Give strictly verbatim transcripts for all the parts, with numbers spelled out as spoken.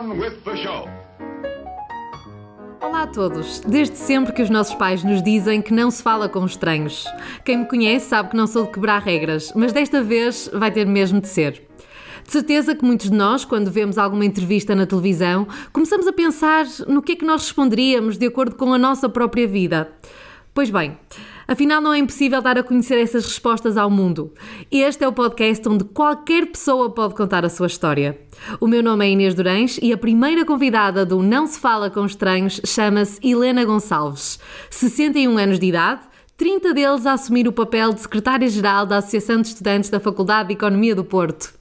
on with the show. Olá a todos! Desde sempre que os nossos pais nos dizem que não se fala com estranhos. Quem me conhece sabe que não sou de quebrar regras, mas desta vez vai ter mesmo de ser. De certeza que muitos de nós, quando vemos alguma entrevista na televisão, começamos a pensar no que é que nós responderíamos de acordo com a nossa própria vida. Pois bem, afinal não é impossível dar a conhecer essas respostas ao mundo. Este é o podcast onde qualquer pessoa pode contar a sua história. O meu nome é Inês Durães e a primeira convidada do Não Se Fala com Estranhos chama-se Helena Gonçalves. sessenta e um anos de idade, trinta deles a assumir o papel de secretária-geral da Associação de Estudantes da Faculdade de Economia do Porto.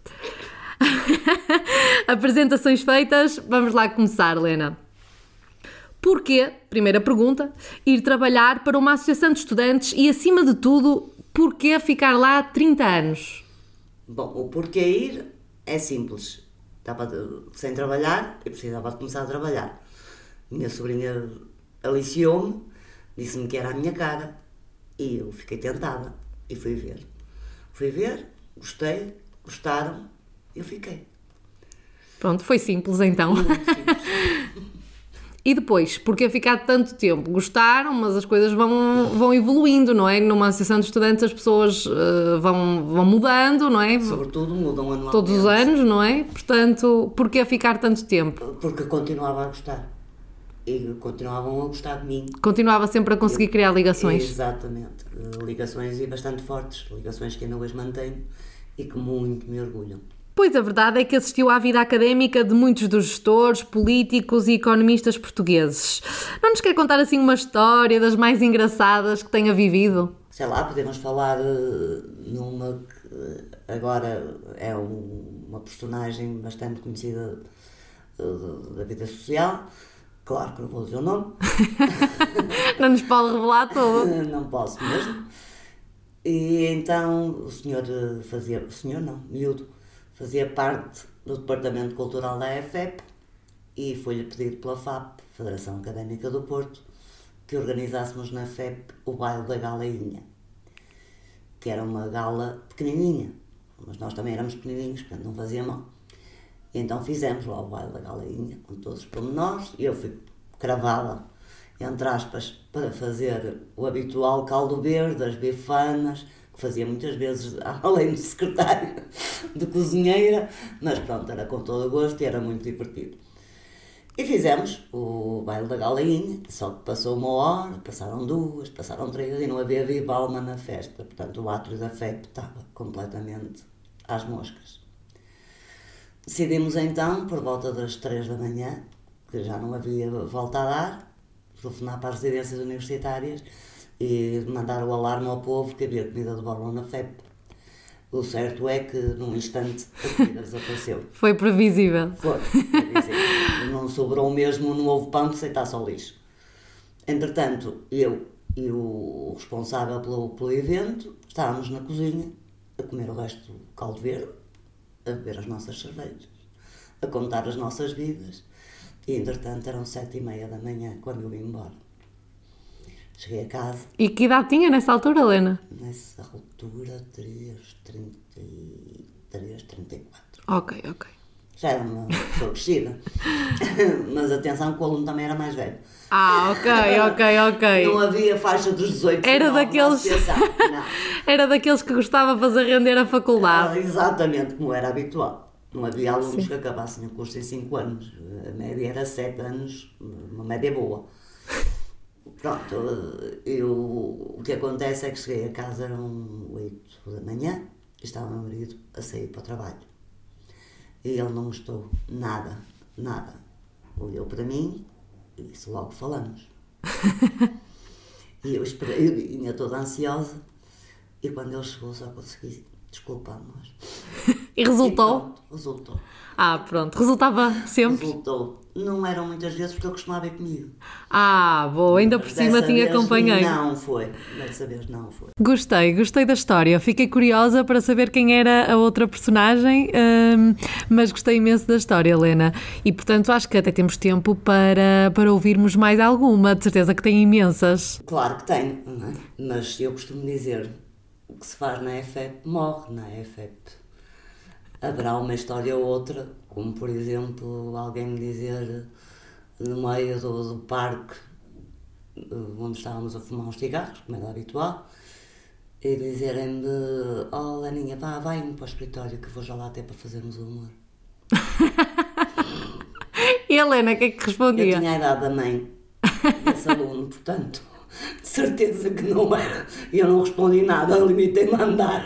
Apresentações feitas, vamos lá começar, Helena. Porquê, primeira pergunta, ir trabalhar para uma associação de estudantes e, acima de tudo, porquê ficar lá trinta anos? Bom, o porquê ir é simples. Estava de, sem trabalhar e precisava de começar a trabalhar. Minha sobrinha aliciou-me, disse-me que era a minha cara e eu fiquei tentada e fui ver. Fui ver, gostei, gostaram e eu fiquei. Pronto, foi simples então. Muito simples. E depois, porque ficar tanto tempo? Gostaram, mas as coisas vão, vão evoluindo, não é? Numa associação de estudantes as pessoas uh, vão, vão mudando, não é? Sobretudo mudam anualmente. Todos os anos, não é? Portanto, porquê ficar tanto tempo? Porque continuava a gostar. E continuavam a gostar de mim. Continuava sempre a conseguir Eu, criar ligações. Exatamente. Ligações e bastante fortes. Ligações que ainda hoje mantenho e que muito me orgulham. Pois a verdade é que assistiu à vida académica de muitos dos gestores, políticos e economistas portugueses. Não nos quer contar assim uma história das mais engraçadas que tenha vivido? Sei lá, podemos falar uh, numa que agora é um, uma personagem bastante conhecida uh, da vida social. Claro que não vou dizer o nome. Não nos pode revelar tudo. Não posso mesmo. E então o senhor fazia... O senhor não, miúdo. Fazia parte do Departamento Cultural da E F E P e foi-lhe pedido pela F A P, Federação Académica do Porto, que organizássemos na F E P o baile da Galainha, que era uma gala pequenininha, mas nós também éramos pequenininhos, portanto não fazia mal. E então fizemos lá o baile da Galainha, com todos os pormenores, e eu fui cravada, entre aspas, para fazer o habitual caldo verde, as bifanas, que fazia muitas vezes, além de secretária, de cozinheira, mas pronto, era com todo o gosto e era muito divertido. E fizemos o baile da Galainha, só que passou uma hora, passaram duas, passaram três e não havia viva alma na festa, portanto o átrio da F E P estava completamente às moscas. Decidimos então, por volta das três da manhã, que já não havia volta a dar, telefonar para as residências universitárias e mandar o alarme ao povo que havia comida de borla na F E P. O certo é que, num instante, a comida desapareceu. Foi previsível. Foi, previsível. Não sobrou mesmo, não houve pão que aceitasse ao lixo. Entretanto, eu e o responsável pelo, pelo evento estávamos na cozinha a comer o resto do caldo verde, a beber as nossas cervejas, a contar as nossas vidas e, entretanto, eram sete e meia da manhã quando eu vim embora. Cheguei a casa. E que idade tinha nessa altura, Helena? Nessa altura, teria os trinta e três, trinta e quatro. Ok, ok. Já era uma pessoa crescida. Mas atenção que o aluno também era mais velho. Ah, ok, ok, ok. Não havia faixa dos dezoito. Era daqueles... Não. Era daqueles que gostava de fazer render a faculdade. Ah, exatamente, como era habitual. Não havia alunos Sim. que acabassem o curso em cinco anos. A média era sete anos, uma média boa. Pronto, eu, o que acontece é que cheguei a casa, eram oito da manhã, e estava o meu marido a sair para o trabalho. E ele não gostou nada, nada. Olhou para mim e disse, logo falamos. E eu esperei, eu vinha toda ansiosa, e quando ele chegou só consegui desculpar-nos. E resultou? E pronto, resultou. Ah, pronto. Resultava sempre? Resultou. Não eram muitas vezes porque ele costumava ir comigo. Ah, boa. Ainda por Mas cima dessa tinha vez companheiro. Não foi. Dessa vez não foi. Gostei, gostei da história. Fiquei curiosa para saber quem era a outra personagem, hum, mas gostei imenso da história, Helena. E, portanto, acho que até temos tempo para, para ouvirmos mais alguma. De certeza que tem imensas. Claro que tenho, não é? Mas eu costumo dizer, o que se faz na E F E P morre na E F E P. Haverá uma história ou outra Como, por exemplo, alguém me dizer no meio do, do parque, onde estávamos a fumar uns cigarros, como era habitual, e dizerem-me: oh Leninha, vá, vai-me para o escritório que eu vou já lá até para fazermos o amor. E a Helena, o que é que respondia? Eu tinha a idade da mãe desse aluno, portanto, de certeza que não era. Eu não respondi nada, limitei-me a andar.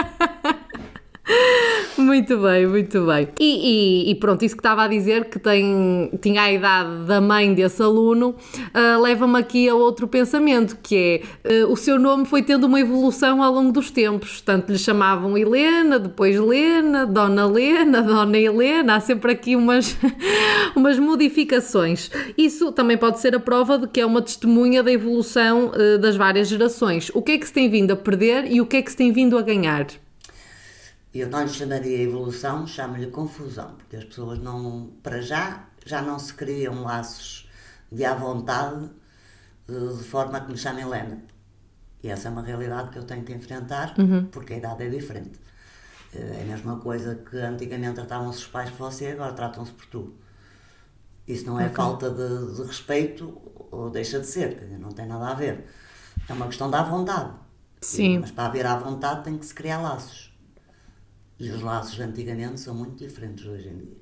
Muito bem, muito bem. E, e, e pronto, isso que estava a dizer, que tem, tinha a idade da mãe desse aluno, uh, leva-me aqui a outro pensamento, que é, uh, o seu nome foi tendo uma evolução ao longo dos tempos, tanto lhe chamavam Helena, depois Lena, Dona Lena, Dona Helena, há sempre aqui umas, umas modificações. Isso também pode ser a prova de que é uma testemunha da evolução uh, das várias gerações. O que é que se tem vindo a perder e o que é que se tem vindo a ganhar? Eu não lhe chamaria evolução, chamo-lhe confusão, porque as pessoas não, para já, já não se criam laços de à vontade, de forma a que me chamem Helena. E essa é uma realidade que eu tenho que enfrentar, uhum. porque a idade é diferente. É a mesma coisa que antigamente tratavam-se os pais por você, agora tratam-se por tu. Isso não é okay. falta de, de respeito, ou deixa de ser, quer dizer, não tem nada a ver. É uma questão da vontade. Sim. Mas para haver à vontade tem que se criar laços. E os laços de antigamente são muito diferentes de hoje em dia.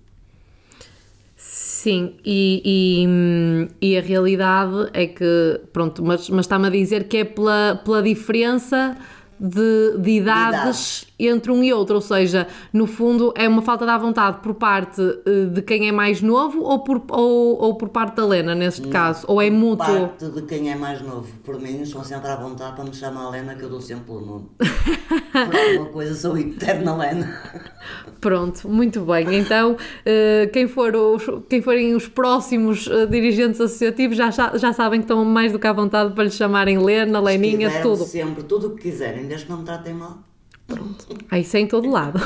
Sim, e, e, e a realidade é que, pronto, mas, mas está-me a dizer que é pela, pela diferença de, de, idades de idade. Entre um e outro, ou seja, no fundo é uma falta de vontade por parte de quem é mais novo ou por, ou, ou por parte da Helena, neste Não, caso, ou é mútuo? Por parte de quem é mais novo, por mim estão sempre à vontade para me chamar Helena, que eu dou sempre o nome. Por alguma coisa sou eterna Helena. Pronto, muito bem, então quem, for os, quem forem os próximos dirigentes associativos já, já sabem que estão mais do que à vontade para lhe chamarem Helena, Leninha, tudo. Sempre, tudo o que quiserem, desde que não me tratem mal. Pronto, aí isso é em todo lado.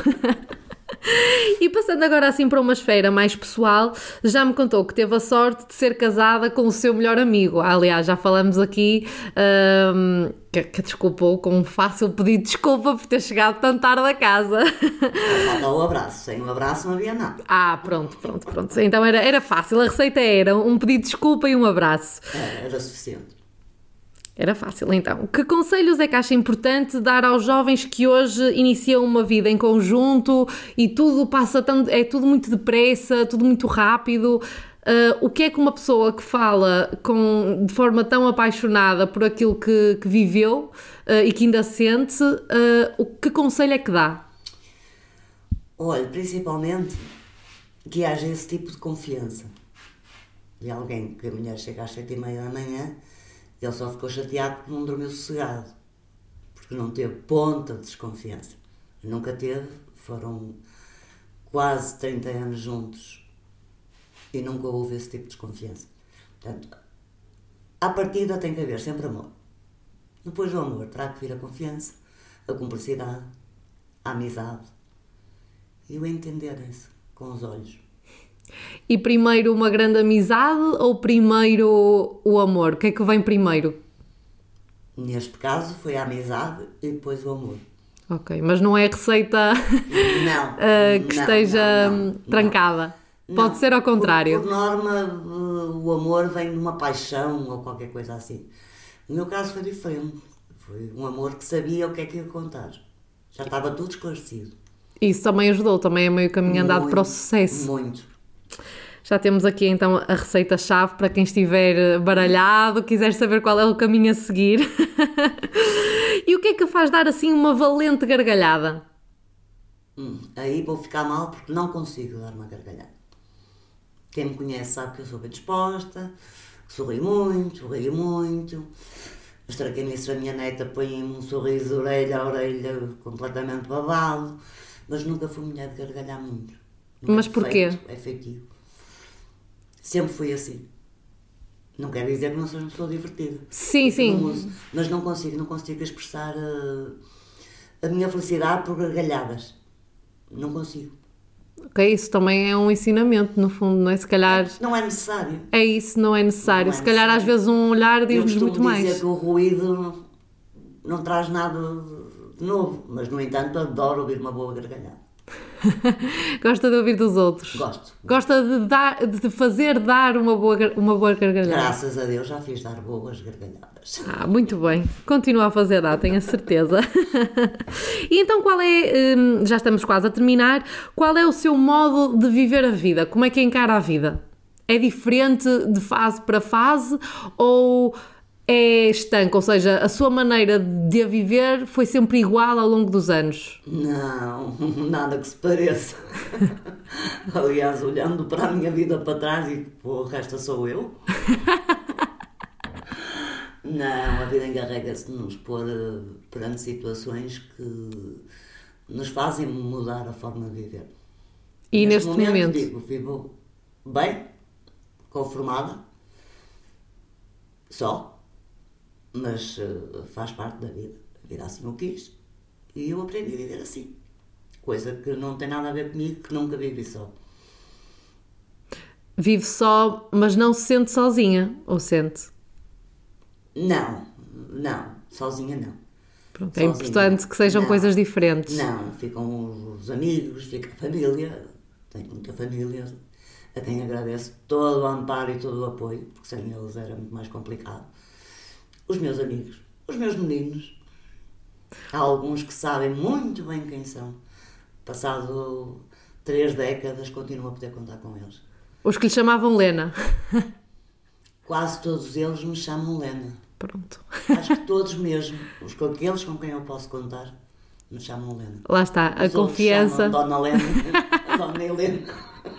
E passando agora assim para uma esfera mais pessoal, já me contou que teve a sorte de ser casada com o seu melhor amigo. Aliás, já falamos aqui um, que, que desculpou com um fácil pedido de desculpa por ter chegado tão tarde a casa. Falta o abraço, sem o abraço não havia nada. Ah, pronto, pronto, pronto. Então era, era fácil, a receita era um pedido de desculpa e um abraço. Era, era suficiente. Era fácil, então. Que conselhos é que acha importante dar aos jovens que hoje iniciam uma vida em conjunto e tudo passa tanto, é tudo muito depressa, tudo muito rápido? Uh, o que é que uma pessoa que fala com, de forma tão apaixonada por aquilo que, que viveu uh, e que ainda sente, uh, o que conselho é que dá? Olha, principalmente que haja esse tipo de confiança. De alguém que a mulher chega às sete e meia da manhã. Ele só ficou chateado porque não dormiu sossegado, porque não teve ponta de desconfiança. Nunca teve, foram quase trinta anos juntos e nunca houve esse tipo de desconfiança. Portanto, à partida tem que haver sempre amor. Depois do amor terá que vir a confiança, a cumplicidade, a amizade e o entenderem-se com os olhos. E primeiro uma grande amizade ou primeiro o amor? O que é que vem primeiro? Neste caso foi a amizade e depois o amor. Ok, mas não é a receita não, uh, que não, esteja não, não, trancada? Não. Pode Não, ser ao contrário? Por, por norma, o amor vem de uma paixão ou qualquer coisa assim. No meu caso foi diferente. Foi um amor que sabia o que é que ia contar. Já estava tudo esclarecido. Isso também ajudou, também é meio caminho andado muito, para o sucesso. Muito. Já temos aqui então a receita-chave para quem estiver baralhado, quiser saber qual é o caminho a seguir. E o que é que faz dar assim uma valente gargalhada? Hum, aí vou ficar mal porque não consigo dar uma gargalhada. Quem me conhece sabe que eu sou bem disposta, que sorrio muito, rio muito. Os traquenices da minha neta põem-me um sorriso de orelha a orelha completamente babado, mas nunca fui mulher de gargalhar muito. Não mas é porquê? Feito, é feitio. Sempre fui assim. Não quer dizer que não seja uma pessoa divertida. Sim, sim. Não uso, mas não consigo, não consigo expressar uh, a minha felicidade por gargalhadas. Não consigo. Ok, isso também é um ensinamento, no fundo, não é? Se calhar... É, não é necessário. É isso, não é necessário. Não é Se calhar necessário. Às vezes um olhar diz-nos muito mais. Eu costumo dizer que o ruído não, não traz nada de novo, mas no entanto adoro ouvir uma boa gargalhada. Gosta de ouvir dos outros? Gosto. Gosta de, dar, de fazer dar uma boa, uma boa gargalhada? Graças a Deus já fiz dar boas gargalhadas. Ah, muito bem. Continua a fazer dar, tenho a certeza. E então qual é, hum, já estamos quase a terminar, qual é o seu modo de viver a vida? Como é que encara a vida? É diferente de fase para fase ou é estanque? Ou seja, a sua maneira de a viver foi sempre igual ao longo dos anos? Não, nada que se pareça. Aliás, olhando para a minha vida para trás e pô, o resto sou eu. Não, a vida encarrega-se de nos pôr perante situações que nos fazem mudar a forma de viver. E neste, neste momento, momento digo, vivo bem, conformada, só, mas uh, faz parte da vida. A vida assim eu quis e eu aprendi a viver assim. Coisa que não tem nada a ver comigo, que nunca vivi só. Vive só, mas não se sente sozinha, ou sente? Não, não, sozinha não. Pronto, é sozinha, importante que sejam não, coisas diferentes. Não, ficam os amigos, fica a família, tenho muita família, a quem agradeço todo o amparo e todo o apoio, porque sem eles era muito mais complicado. Os meus amigos, os meus meninos, há alguns que sabem muito bem quem são. Passado três décadas continuo a poder contar com eles. Os que lhe chamavam Lena. Quase todos eles me chamam Lena. Pronto. Acho que todos mesmo, os com aqueles com quem eu posso contar, me chamam Lena. Lá está, a os confiança. Dona Lena, Dona Helena.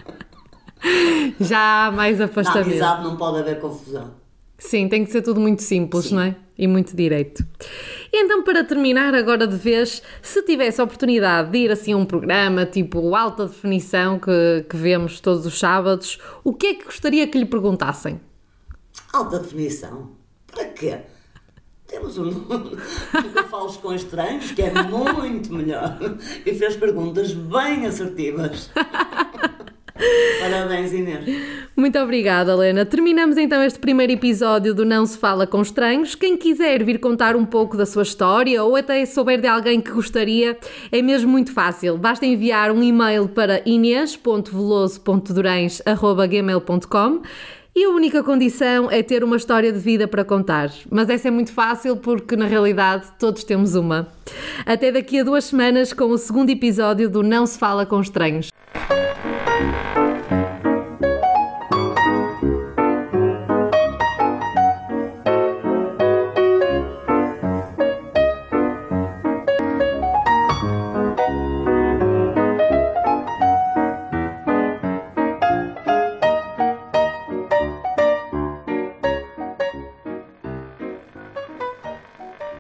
Já há mais afastamento. Na amizade não pode haver confusão. Sim, tem que ser tudo muito simples, Sim. não é? E muito direito. E então, para terminar agora de vez, se tivesse a oportunidade de ir assim a um programa tipo Alta Definição, que, que vemos todos os sábados, o que é que gostaria que lhe perguntassem? Alta Definição? Para quê? Temos um nunca falos com estranhos, que é muito melhor. E fez perguntas bem assertivas. Parabéns, Inês. Muito obrigada, Helena. Terminamos então este primeiro episódio do Não Se Fala com Estranhos. Quem quiser vir contar um pouco da sua história ou até souber de alguém que gostaria, é mesmo muito fácil. Basta enviar um e-mail para inês ponto veloso ponto durães arroba gmail ponto com e a única condição é ter uma história de vida para contar. Mas essa é muito fácil porque, na realidade, todos temos uma. Até daqui a duas semanas com o segundo episódio do Não Se Fala com Estranhos.